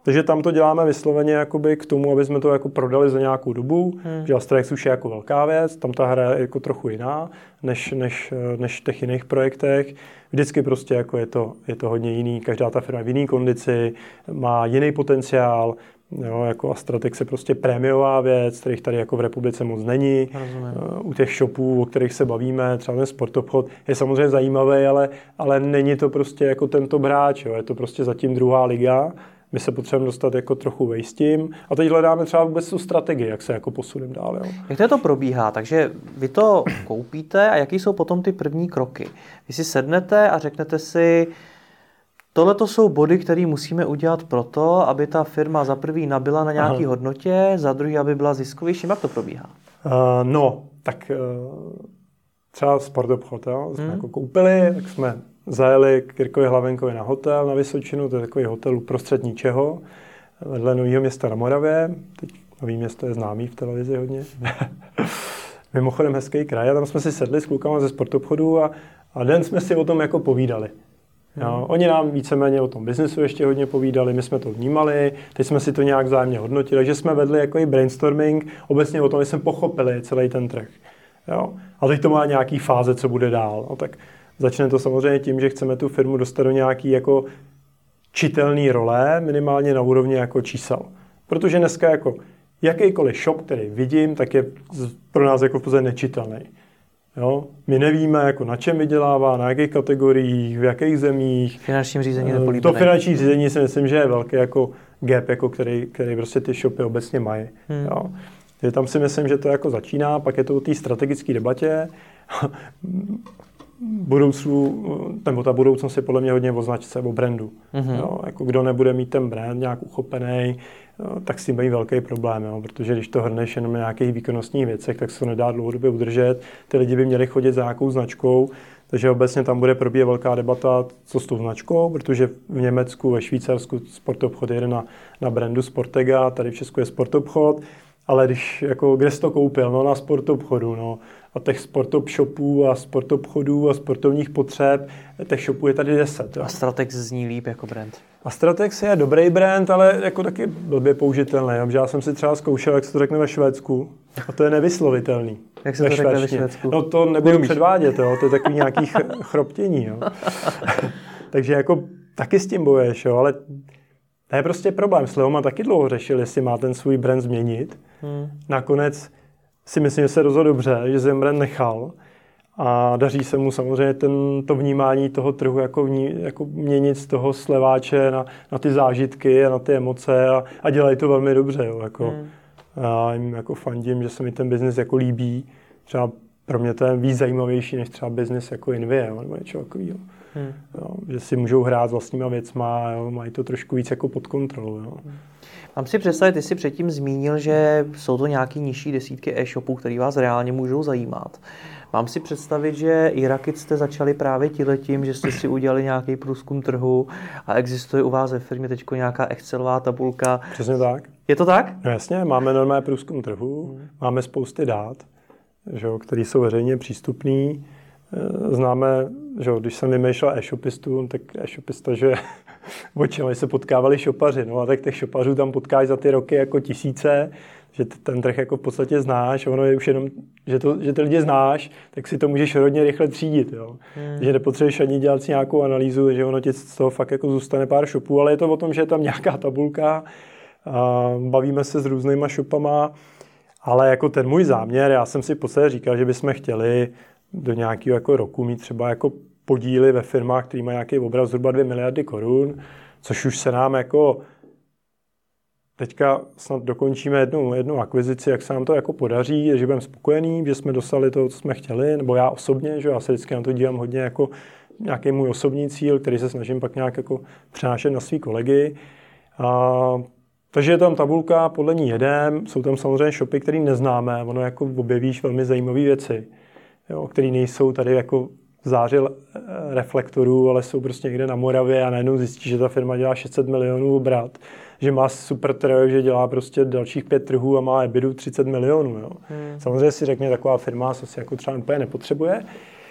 Takže tam to děláme vysloveně jakoby k tomu, aby jsme to jako prodali za nějakou dobu, hmm. že Asterix už je jako velká věc, tam ta hra je jako trochu jiná, než, než, než v těch jiných projektech. Vždycky prostě jako je to, je to hodně jiný, každá ta firma je v jiný kondici, má jiný potenciál, jo, jako Astratex je prostě prémiová věc, kterých tady jako v republice moc není. Rozumím. U těch shopů, o kterých se bavíme, třeba ten sportobchod, je samozřejmě zajímavý, ale, ale není to prostě jako ten top hráč, jo. Je to prostě zatím druhá liga. My se potřebujeme dostat jako trochu vejstím. A teď hledáme třeba vůbec tu strategii, jak se jako posuneme dál. Jo. Jak to probíhá? Takže vy to koupíte a jaký jsou potom ty první kroky? Vy si sednete a řeknete si, tohle to jsou body, které musíme udělat proto, aby ta firma za prvý nabyla na nějaké hodnotě, za druhý, aby byla ziskovější. Jak to probíhá? Uh, no, tak uh, třeba sportobchod, jo. Jsme hmm. jako koupili, tak jsme zajeli k Jirkovi Hlavenkovi na hotel na Vysočinu, to je takový hotel uprostřed ničeho, vedle Nového Města na Moravě. Teď Nový Město je známý v televizi hodně. Mimochodem hezký kraj. A tam jsme si sedli s klukama ze sportobchodu a, a den jsme si o tom jako povídali. Jo, hmm. Oni nám víceméně o tom biznesu ještě hodně povídali, my jsme to vnímali, teď jsme si to nějak vzájemně hodnotili, takže jsme vedli jako i brainstorming, obecně o tom, že jsme pochopili celý ten trh. Jo. A teď to má nějaký fáze, co bude dál. No, tak začne to samozřejmě tím, že chceme tu firmu dostat do nějaký jako čitelný role, minimálně na úrovni jako čísel. Protože dneska jako jakýkoliv shop, který vidím, tak je pro nás jako v podstatě nečitelný. Jo? My nevíme, jako na čem vydělává, na jakých kategoriích, v jakých zemích. Finančním řízení je to finanční řízení si myslím, že je velký jako gap, jako který, který prostě ty shopy obecně mají. Hmm. Jo? Takže tam si myslím, že to jako začíná, pak je to o té strategické debatě. Budoucnu, nebo ta budoucnost je podle mě hodně o značce, o brandu. Mm-hmm. Jo, jako kdo nebude mít ten brand nějak uchopený, tak s tím mají velký problém, jo, protože když to hrneš jenom na nějakých výkonnostních věcech, tak se to nedá dlouhodobě udržet. Ty lidi by měli chodit za nějakou značkou, takže obecně tam bude probíhat velká debata, co s tou značkou, protože v Německu, ve Švýcarsku sportobchod jede na, na brandu Sportega, tady v Česku je sportobchod, ale když, jako, kde jsi to koupil? No na sportobchodu, no. A těch sportob shopů a sportobchodů a sportovních potřeb, těch shopů je tady deset. Jo. A Astratex zní líp jako brand. Astratex je dobrý brand, ale jako taky blbě použitelný. Já jsem si třeba zkoušel, jak se to řekne ve Švédsku. A to je nevyslovitelný. Jak se to řekne ve Švédsku? No to nebudu předvádět, jo. To je takový nějaký ch- chroptění. Jo. Takže jako taky s tím bojuješ, jo, ale to je prostě problém. S Leoma taky dlouho řešil, jestli má ten svůj brand změnit. Hmm. Nakonec si myslím, že se rozhodl dobře, že ten brand nechal a daří se mu samozřejmě ten, to vnímání toho trhu jako, vní, jako měnit z toho sleváče na, na ty zážitky a na ty emoce a, a dělají to velmi dobře. Jo, jako, hmm. Já jim jako fandím, že se mi ten biznis jako líbí. Třeba pro mě to je víc zajímavější než třeba biznis jako Invie, nebo něčeho takového. Hmm. Jo, že si můžou hrát s vlastníma věcma, jo, mají to trošku víc jako pod kontrolou. Jo. Hmm. Mám si představit, ty jsi předtím zmínil, že jsou to nějaké nižší desítky e-shopů, které vás reálně můžou zajímat. Mám si představit, že i Rakit jste začali právě tímhletím, že jste si udělali nějaký průzkum trhu a existuje u vás ve firmě teď nějaká Excelová tabulka. Přesně tak. Je to tak? No jasně, máme normální průzkum trhu, hmm. máme spousty dát, které jsou veřejně přístupné. Známe, že když jsem vymýšlel e-shopistů, tak e-shopista, že o čem se potkávali šopaři, no a tak těch šopařů tam potkáš za ty roky jako tisíce, že ten trh jako v podstatě znáš, ono je už jenom, že, to, že ty lidi znáš, tak si to můžeš hodně rychle třídit, jo. Hmm. Že nepotřebuješ ani dělat si nějakou analýzu, že ono ti z toho fakt jako zůstane pár shopů, ale je to o tom, že je tam nějaká tabulka, a bavíme se s různýma shopama, ale jako ten můj záměr, já jsem si v podstatě říkal, že bychom chtěli do nějakého jako roku mít třeba jako podíly ve firmách, které mají nějaký obrat zhruba dvě miliardy korun, což už se nám jako teďka snad dokončíme jednu, jednu akvizici, jak se nám to jako podaří, že budeme spokojení, že jsme dostali to, co jsme chtěli, nebo já osobně, že já se vždycky na to dívám hodně jako nějaký můj osobní cíl, který se snažím pak nějak jako přenášet na svý kolegy. A, takže je tam tabulka, podle ní jedem, jsou tam samozřejmě shopy, které neznáme, ono jako objevíš velmi zajímavé věci, jo, které nejsou tady jako zářil reflektorů, ale jsou prostě někde na Moravě a najednou zjistí, že ta firma dělá šest set milionů obrat, že má super trh, že dělá prostě dalších pět trhů a má ebidu třicet milionů. Jo. Hmm. Samozřejmě si řekne, taková firma se si jako třeba úplně nepotřebuje,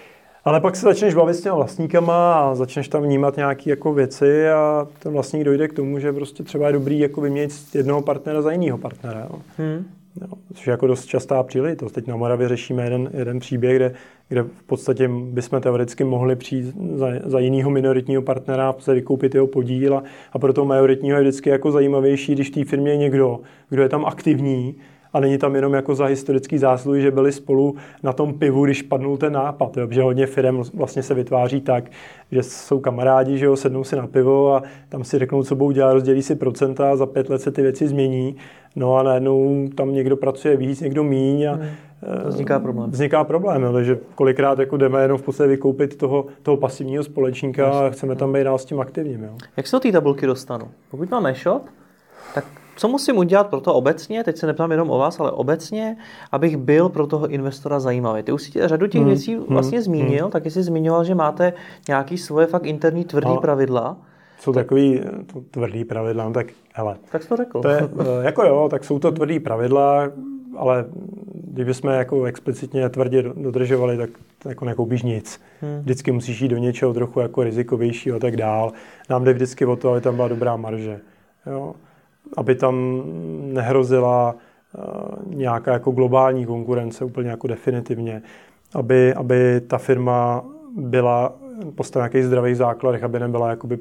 Ale pak se začneš bavit s těma vlastníkama a začneš tam vnímat nějaké jako věci a ten vlastník dojde k tomu, že prostě třeba je dobrý jako vyměnit jednoho partnera za jiného partnera. Jo. Hmm. Jo, což je jako dost častá příležitost. Teď na Moravě řešíme jeden, jeden příběh, kde, kde v podstatě bychom teoreticky mohli přijít za, za jiného minoritního partnera, se vykoupit jeho podíl a, a pro toho majoritního je vždycky jako zajímavější, když v té firmě je někdo, kdo je tam aktivní a není tam jenom jako za historický zásluhy, že byli spolu na tom pivu, když padnul ten nápad. Jo? Že hodně firem vlastně se vytváří tak, že jsou kamarádi, že jo, sednou si na pivo a tam si řeknou, co budou dělat, rozdělí si procenta a za pět let se ty věci změní. No a najednou tam někdo pracuje víc, někdo míň a hmm. to vzniká problém. Vzniká problém, jo? Takže kolikrát jako jdeme jenom v podstatě vykoupit toho, toho pasivního společníka a chceme tam být dál s tím aktivním. Jo? Jak se do té tabulky dostanu? Pokud mám e-shop, tak co musím udělat pro to obecně, teď se neptám jenom o vás, ale obecně, abych byl pro toho investora zajímavý. Ty už si řadu těch hmm. věcí vlastně hmm. zmínil, hmm. taky jsi zmiňoval, že máte nějaký svoje fakt interní tvrdý no. pravidla. Jsou takový to tvrdý pravidla, no tak hele. Tak jsi to řekl. To je, jako jo, tak jsou to tvrdý pravidla, ale kdybychom jako explicitně tvrdě dodržovali, tak jako nekoupíš nic. Hmm. Vždycky musíš jít do něčeho trochu jako rizikovějšího a tak dál. Nám jde vždycky o to, aby tam byla dobrá marže. Jo? Aby tam nehrozila uh, nějaká jako globální konkurence úplně jako definitivně. Aby, aby ta firma byla postavena na nějakých zdravých základech, aby nebyla jakoby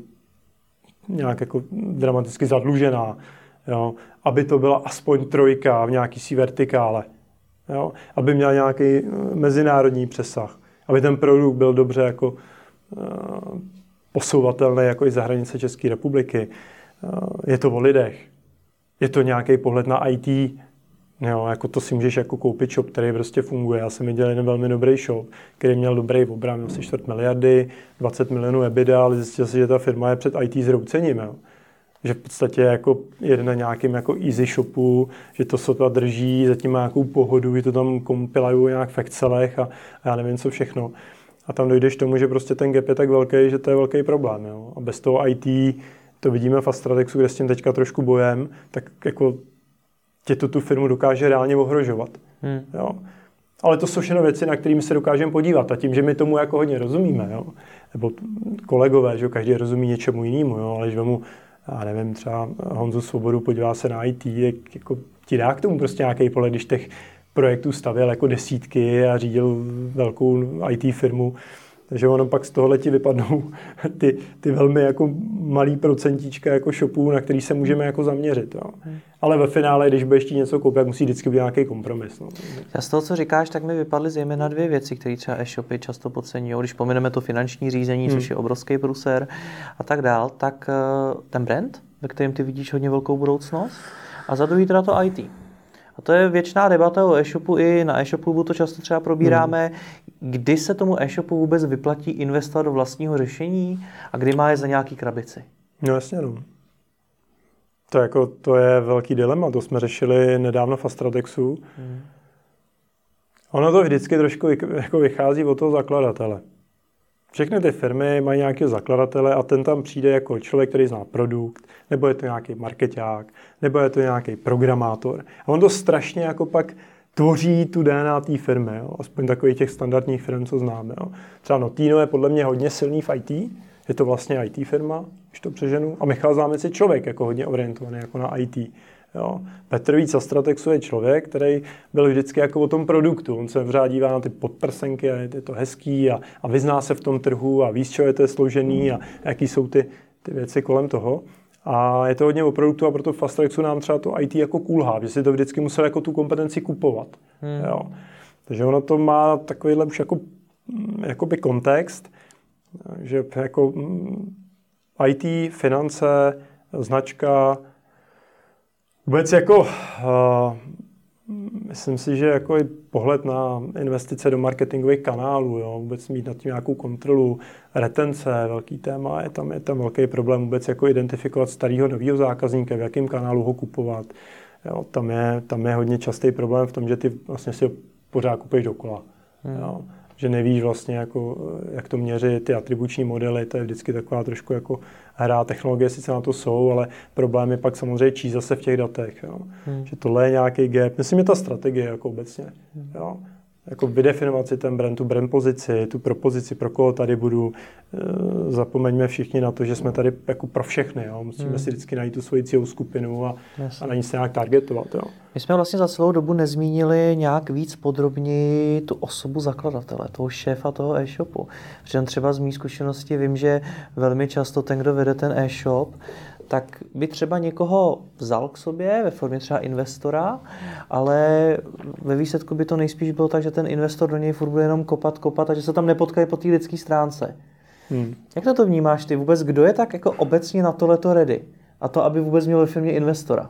nějak jako dramaticky zadlužená. Jo? Aby to byla aspoň trojka v nějaký si vertikále. Jo? Aby měla nějaký mezinárodní přesah. Aby ten produkt byl dobře jako uh, posouvatelný jako i za hranice České republiky. Uh, je to o lidech. Je to nějaký pohled na í té. Jo, jako to si můžeš jako koupit shop, který prostě funguje. Já jsem viděl jeden velmi dobrý shop, který měl dobrý obrat, měl asi čtvrt miliardy, dvacet milionů EBITDA, ale zjistil si, že ta firma je před í té zroucením. Jo. Že v podstatě jako jede na nějakým jako easy shopu, že to sotva drží, zatím má nějakou pohodu, že to tam kompilují nějak v Excelech a, a já nevím co všechno. A tam dojdeš k tomu, že prostě ten gap je tak velký, že to je velký problém. Jo. A bez toho í té, to vidíme v Astratexu, kde s tím teďka trošku bojem, tak jako tě to tu firmu dokáže reálně ohrožovat. Hmm. Jo. Ale to jsou všechno věci, na kterými se dokážeme podívat. A tím, že my tomu jako hodně rozumíme, jo. Nebo kolegové, že každý rozumí něčemu jinému, jo. Ale když vemu, já nevím, třeba Honzu Svobodu podívá se na í té, jak jako ti dá k tomu prostě nějaký pohled, když těch projektů stavěl jako desítky a řídil velkou í té firmu. Takže ono pak z tohohle ti vypadnou ty, ty velmi jako malý procentíčka jako shopů, na který se můžeme jako zaměřit. Jo. Hmm. Ale ve finále, když budeš ti něco koupit, musí vždycky být nějaký kompromis. No. Já z toho, co říkáš, tak mi vypadly zejména dvě věci, které třeba e-shopy často podceňují. Když pomineme to finanční řízení, hmm. což je obrovský průser a tak dál, tak ten brand, ve kterém ty vidíš hodně velkou budoucnost. A za druhý teda to í té. A to je věčná debata o e-shopu, i na e-shopu to často třeba probíráme, hmm. kdy se tomu e-shopu vůbec vyplatí investovat do vlastního řešení a kdy má je za nějaký krabici. No jasně, no. To, jako, to je velký dilema, to jsme řešili nedávno v Astratexu. Hmm. Ono to vždycky trošku jako vychází od toho zakladatele. Všechny ty firmy mají nějakého zakladatele a ten tam přijde jako člověk, který zná produkt, nebo je to nějaký markeťák, nebo je to nějaký programátor. A on to strašně jako pak tvoří tu D N A té firmy, jo? Aspoň takových těch standardních firm, co známe. Jo? Třeba Notino je podle mě hodně silný v í té, je to vlastně í té firma, když to přeženu. A Michal Zámec je člověk jako hodně orientovaný jako na í té. Jo. Petr Víc z Astratexu je člověk, který byl vždycky jako o tom produktu. On se vřád dívá na ty podprsenky a je to hezký a, a vyzná se v tom trhu a ví, z čeho je to složený a jaký jsou ty, ty věci kolem toho. A je to hodně o produktu a proto v Astratexu nám třeba to í té jako kulhá, že si to vždycky musel jako tu kompetenci kupovat. Hmm. Jo. Takže ono to má takovýhle už jako jakoby kontext, že jako í té, finance, značka, vůbec jako, uh, myslím si, že jako i pohled na investice do marketingových kanálů, jo, vůbec mít nad tím nějakou kontrolu, retence, velký téma, je tam, je tam velký problém vůbec jako identifikovat starého nového zákazníka, v jakém kanálu ho kupovat. Jo, tam, je, tam je hodně častý problém v tom, že ty vlastně si ho pořád kupuješ dokola. Hmm. Jo. Že nevíš vlastně, jako, jak to měří ty atribuční modely, to je vždycky taková trošku jako hra, technologie sice na to jsou, ale problém je pak samozřejmě číst zase v těch datech. Jo. Hmm. Že tohle je nějaký gap. Myslím, je ta strategie jako obecně. Hmm. Jo. jako vydefinovat si ten brand, tu brand pozici, tu propozici, pro koho tady budu. Zapomeňme všichni na to, že jsme tady jako pro všechny. Jo. Musíme hmm. si vždycky najít tu svoji cílovou skupinu a, a na ní se nějak targetovat. Jo. My jsme vlastně za celou dobu nezmínili nějak víc podrobněji tu osobu zakladatele, toho šéfa toho e-shopu. Protože třeba z mý zkušenosti vím, že velmi často ten, kdo vede ten e-shop, tak by třeba někoho vzal k sobě ve formě třeba investora, ale ve výsledku by to nejspíš bylo tak, že ten investor do něj furt bude jenom kopat, kopat a že se tam nepotkají po té lidské stránce. Hmm. Jak to vnímáš ty vůbec? Kdo je tak jako obecně na tohleto ready? A to, aby vůbec měl ve firmě investora?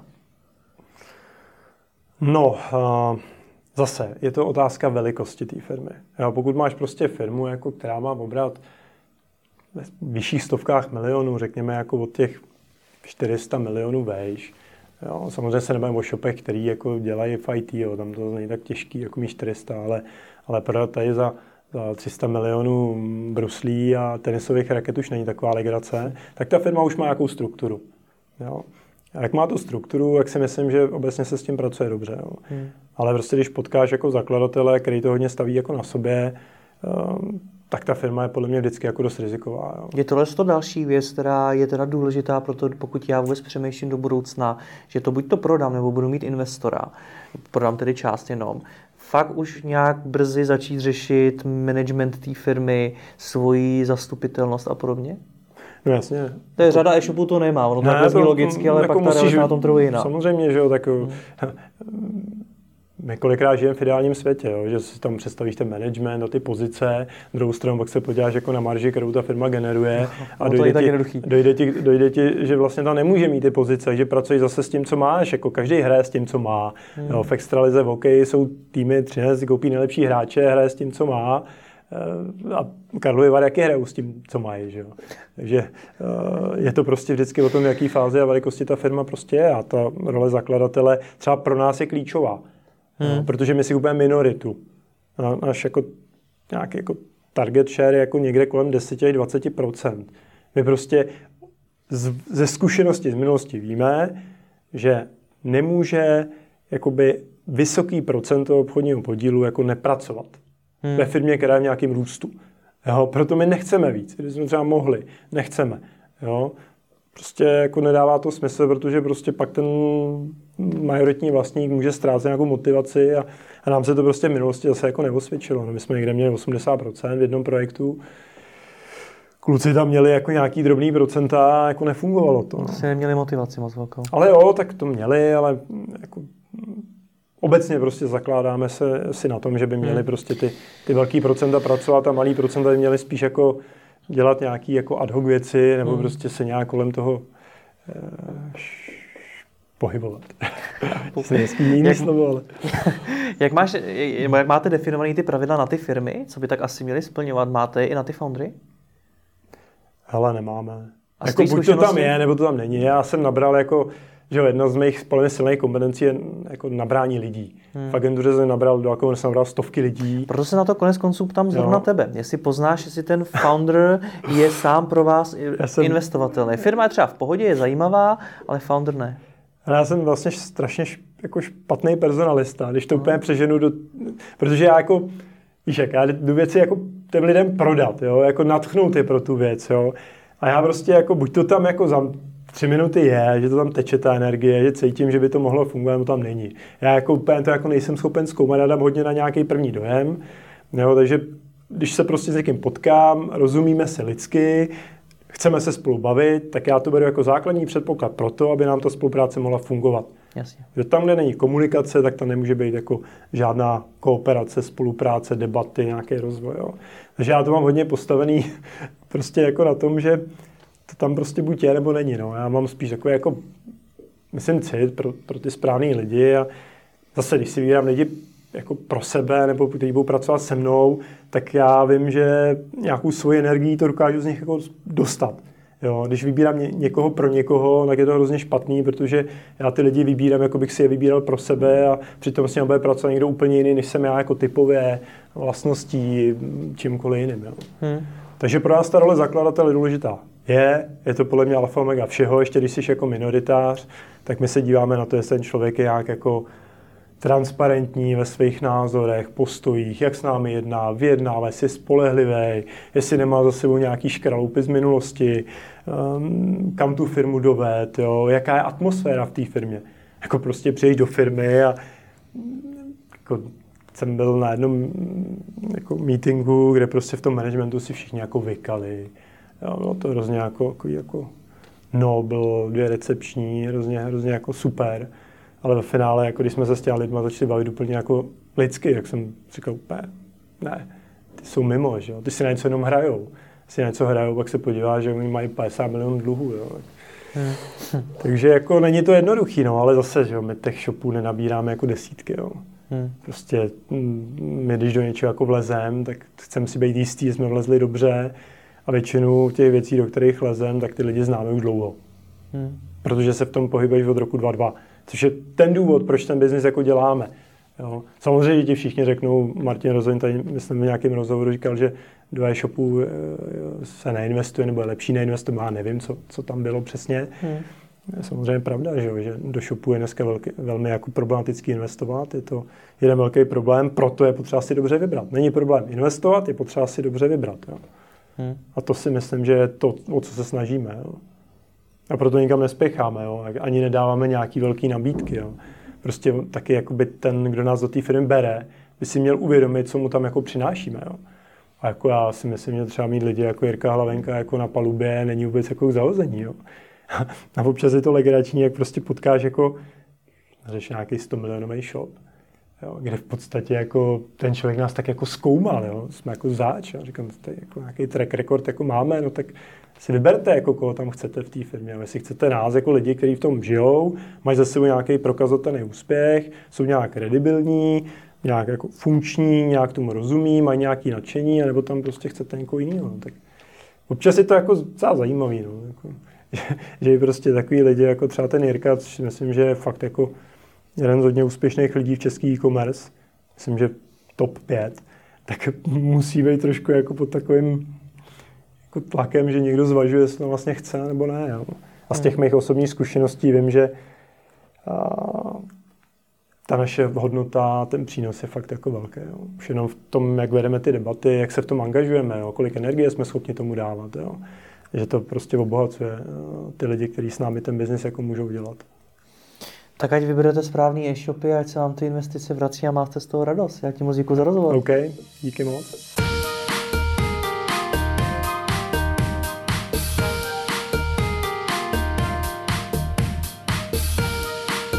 No, uh, zase, je to otázka velikosti té firmy. Jo, pokud máš prostě firmu, jako, která má obrat ve vyšších stovkách milionů, řekněme jako od těch čtyři sta milionů vejš. Jo, samozřejmě se nebavím o shopech, který jako dělají v í té, jo, tam to není tak těžký, jako mít čtyři sta, ale, ale prodat tady za, za tři sta milionů bruslí a tenisových raket už není taková legrace, tak ta firma už má nějakou strukturu. Jo. A jak má tu strukturu, tak si myslím, že obecně se s tím pracuje dobře. Jo. Hmm. Ale prostě když potkáš jako zakladatele, který to hodně staví jako na sobě, um, tak ta firma je podle mě vždycky jako dost riziková. Jo. Je tohle to další věc, která je teda důležitá pro to, pokud já vůbec přemýšlím do budoucna, že to buď to prodám, nebo budu mít investora, prodám tedy část jenom, fakt už nějak brzy začít řešit management té firmy, svoji zastupitelnost a podobně? No jasně. To je řada e-shopů to nemá, ono to zní logicky, ale jako pak ta realita na tom trhu jiná. Samozřejmě, že jo, tak hmm. my kolikrát žijeme v ideálním světě, jo, že si tam představíš ten management a ty pozice, druhou stranu pak se podíváš jako na marži, kterou ta firma generuje a no, dojde ti, dojde, ti, dojde ti, že vlastně tam nemůže mít ty pozice, že pracuješ zase s tím, co máš, jako každý hraje s tím, co má. Hmm. Jo, v extralize v hokeji jsou týmy, třináct si koupí nejlepší hráče, hraje s tím, co má. A Karlovy Vary jaký hrajou s tím, co mají, že jo. Takže je to prostě vždycky o tom, v jaký fázi a velikosti ta firma prostě je a ta role zakladatele třeba pro nás je klíčová. Hmm. No, protože my si kupujeme minoritu. Náš jako nějaký jako target share je jako někde kolem deset až dvacet procent. My prostě z, ze zkušenosti z minulosti víme, že nemůže jakoby vysoký procento obchodního podílu jako nepracovat hmm. ve firmě, která je v nějakém růstu. Jo, proto my nechceme víc, když jsme třeba mohli, nechceme. Jo. Prostě jako nedává to smysl, protože prostě pak ten majoritní vlastník může ztrácet nějakou motivaci a, a nám se to prostě v minulosti zase jako neosvědčilo. No, my jsme někde měli osmdesát procent v jednom projektu, kluci tam měli jako nějaký drobný procenta a jako nefungovalo to. No. Jste neměli motivaci moc velkou. Ale jo, tak to měli, ale jako obecně prostě zakládáme se si na tom, že by měli hmm. prostě ty, ty velký procenta pracovat a malý procenta by měli spíš jako dělat nějaký jako ad hoc věci nebo hmm. prostě se nějak kolem toho eh, pohybovat. jak, slovo, ale. jak, máš, jak máte definovaný ty pravidla na ty firmy? Co by tak asi měli splňovat? Máte je i na ty foundry? Hele, nemáme. A jako buď to tam je, nebo to tam není. Já jsem nabral jako, že jedna z mých velmi silných kompetencí je jako nabrání lidí. Hmm. V agentuře jsem nabral, do jakého jsem nabral stovky lidí. Proto se na to konec konců ptám zrovna tebe. Jestli poznáš, jestli ten founder je sám pro vás jsem... investovatelný. Firma je třeba v pohodě, je zajímavá, ale founder ne. Já jsem vlastně strašně jako špatný personalista, když to úplně přeženu do... Protože já jako, víš jak, já jdu věci jako těm lidem prodat, jo, jako natchnout je pro tu věc, jo. A já prostě jako, buď to tam jako za tři minuty je, že to tam teče ta energie, že cítím, že by to mohlo fungovat, nebo tam není. Já jako úplně to jako nejsem schopen zkoumat, já dám hodně na nějaký první dojem, jo, takže když se prostě s někým potkám, rozumíme se lidsky, chceme se spolu bavit, tak já to beru jako základní předpoklad pro to, aby nám ta spolupráce mohla fungovat. Jasně. Že tam, kde není komunikace, tak tam nemůže být jako žádná kooperace, spolupráce, debaty, nějaký rozvoj. Jo. Takže já to mám hodně postavený prostě jako na tom, že to tam prostě buď je, nebo není. No. Já mám spíš takový jako, myslím, cit pro, pro ty správný lidi a zase, když si vybírám lidi jako pro sebe, nebo kteří budou pracovat se mnou, tak já vím, že nějakou svoji energii to dokážu z nich jako dostat. Jo, když vybírám ně, někoho pro někoho, tak je to hrozně špatný, protože já ty lidi vybírám, jako bych si je vybíral pro sebe a přitom s ním bude pracovat někdo úplně jiný, než jsem já, jako typové vlastností, čímkoliv jiným. Jo. Hmm. Takže pro nás ta role zakladatele je důležitá. Je, je to podle mě alfa omega všeho, ještě když jsi jako minoritář, tak my se díváme na to, jestli ten člověk je nějak jako transparentní ve svých názorech, postojích, jak s námi jedná, vyjednává, jestli je spolehlivý, jestli nemá za sebou nějaký škraloupy z minulosti, um, kam tu firmu dovést, jo, jaká je atmosféra v té firmě. Jako prostě přijdeš do firmy a jako jsem byl na jednom jako meetingu, kde prostě v tom managementu si všichni jako vykali. Jo, bylo to hrozně jako, jako, jako nobl, dvě recepční, hrozně, hrozně jako super. Ale ve finále, jako když jsme se s těmi lidmi začali bavit úplně jako lidsky, jak jsem říkal úplně, ne, ty jsou mimo, že jo? Ty si na něco jenom hrajou. Si na něco hrajou, pak se podíváš, že oni mají padesát milionů dluhů, jo? Hmm. Takže jako není to jednoduchý, no, ale zase, že jo, my těch shopů nenabíráme jako desítky, jo. Hmm. Prostě my, když do něčeho jako vlezem, tak chceme si být jistý, že jsme vlezli dobře a většinu těch věcí, do kterých lezem, tak ty lidi známe už dlouho. Hmm. Protože se v tom pohybuješ od roku dva tisíce dva. Což je ten důvod, proč ten biznis jako děláme. Jo. Samozřejmě ti všichni řeknou, Martin Rozhoň tady, myslím, v nějakém rozhovoru říkal, že do e-shopu se neinvestuje, nebo je lepší neinvestovat, já nevím, co, co tam bylo přesně. Hmm. Je samozřejmě pravda, že, že do shopu je dneska velký, velmi jako problematický investovat, je to jeden velký problém, proto je potřeba si dobře vybrat. Není problém investovat, je potřeba si dobře vybrat. Jo. Hmm. A to si myslím, že je to, o co se snažíme. Jo. A proto nikam nespěcháme, jo. Ani nedáváme nějaký velký nabídky. Jo. Prostě taky jakoby ten, kdo nás do té firmy bere, by si měl uvědomit, co mu tam jako přinášíme. Jo. A jako já si myslím, že třeba mít lidi jako Jirka Hlavenka jako na palubě není vůbec jako k zahození. Jo. A občas je to legrační, jak prostě potkáš jako řeš nějaký sto milionový shop, jo, kde v podstatě jako ten člověk nás tak jako zkoumal, jo. Jsme jako záč, jo. Říkám, tady jako nějaký track record jako máme, no tak si vyberte, jako koho tam chcete v té firmě. Jo. Jestli chcete nás jako lidi, kteří v tom žijou, mají za sebou nějaký prokazatelný úspěch, jsou nějak kredibilní, nějak jako funkční, nějak tomu rozumí, mají nějaké nadšení, anebo tam prostě chcete někoho jiného. No. Tak občas je to jako docela zajímavý, no. Jako, že je prostě takový lidi, jako třeba ten Jirka, což myslím, že je fakt jako jeden z hodně úspěšných lidí v český e-commerce, myslím, že top pět, tak musí být trošku jako pod takovým jako tlakem, že někdo zvažuje, jestli to vlastně chce nebo ne. Jo. A z těch mých osobních zkušeností vím, že a, ta naše hodnota, ten přínos je fakt jako velký. Jo. Už jenom v tom, jak vedeme ty debaty, jak se v tom angažujeme, jo, kolik energie jsme schopni tomu dávat. Jo. Že to prostě obohacuje ty lidi, kteří s námi ten biznis jako můžou dělat. Tak ať vyberete správný e-shopy, ať se vám ty investice vrací a máte z toho radost. Já ti moc děkuji za rozhovor. OK, díky moc.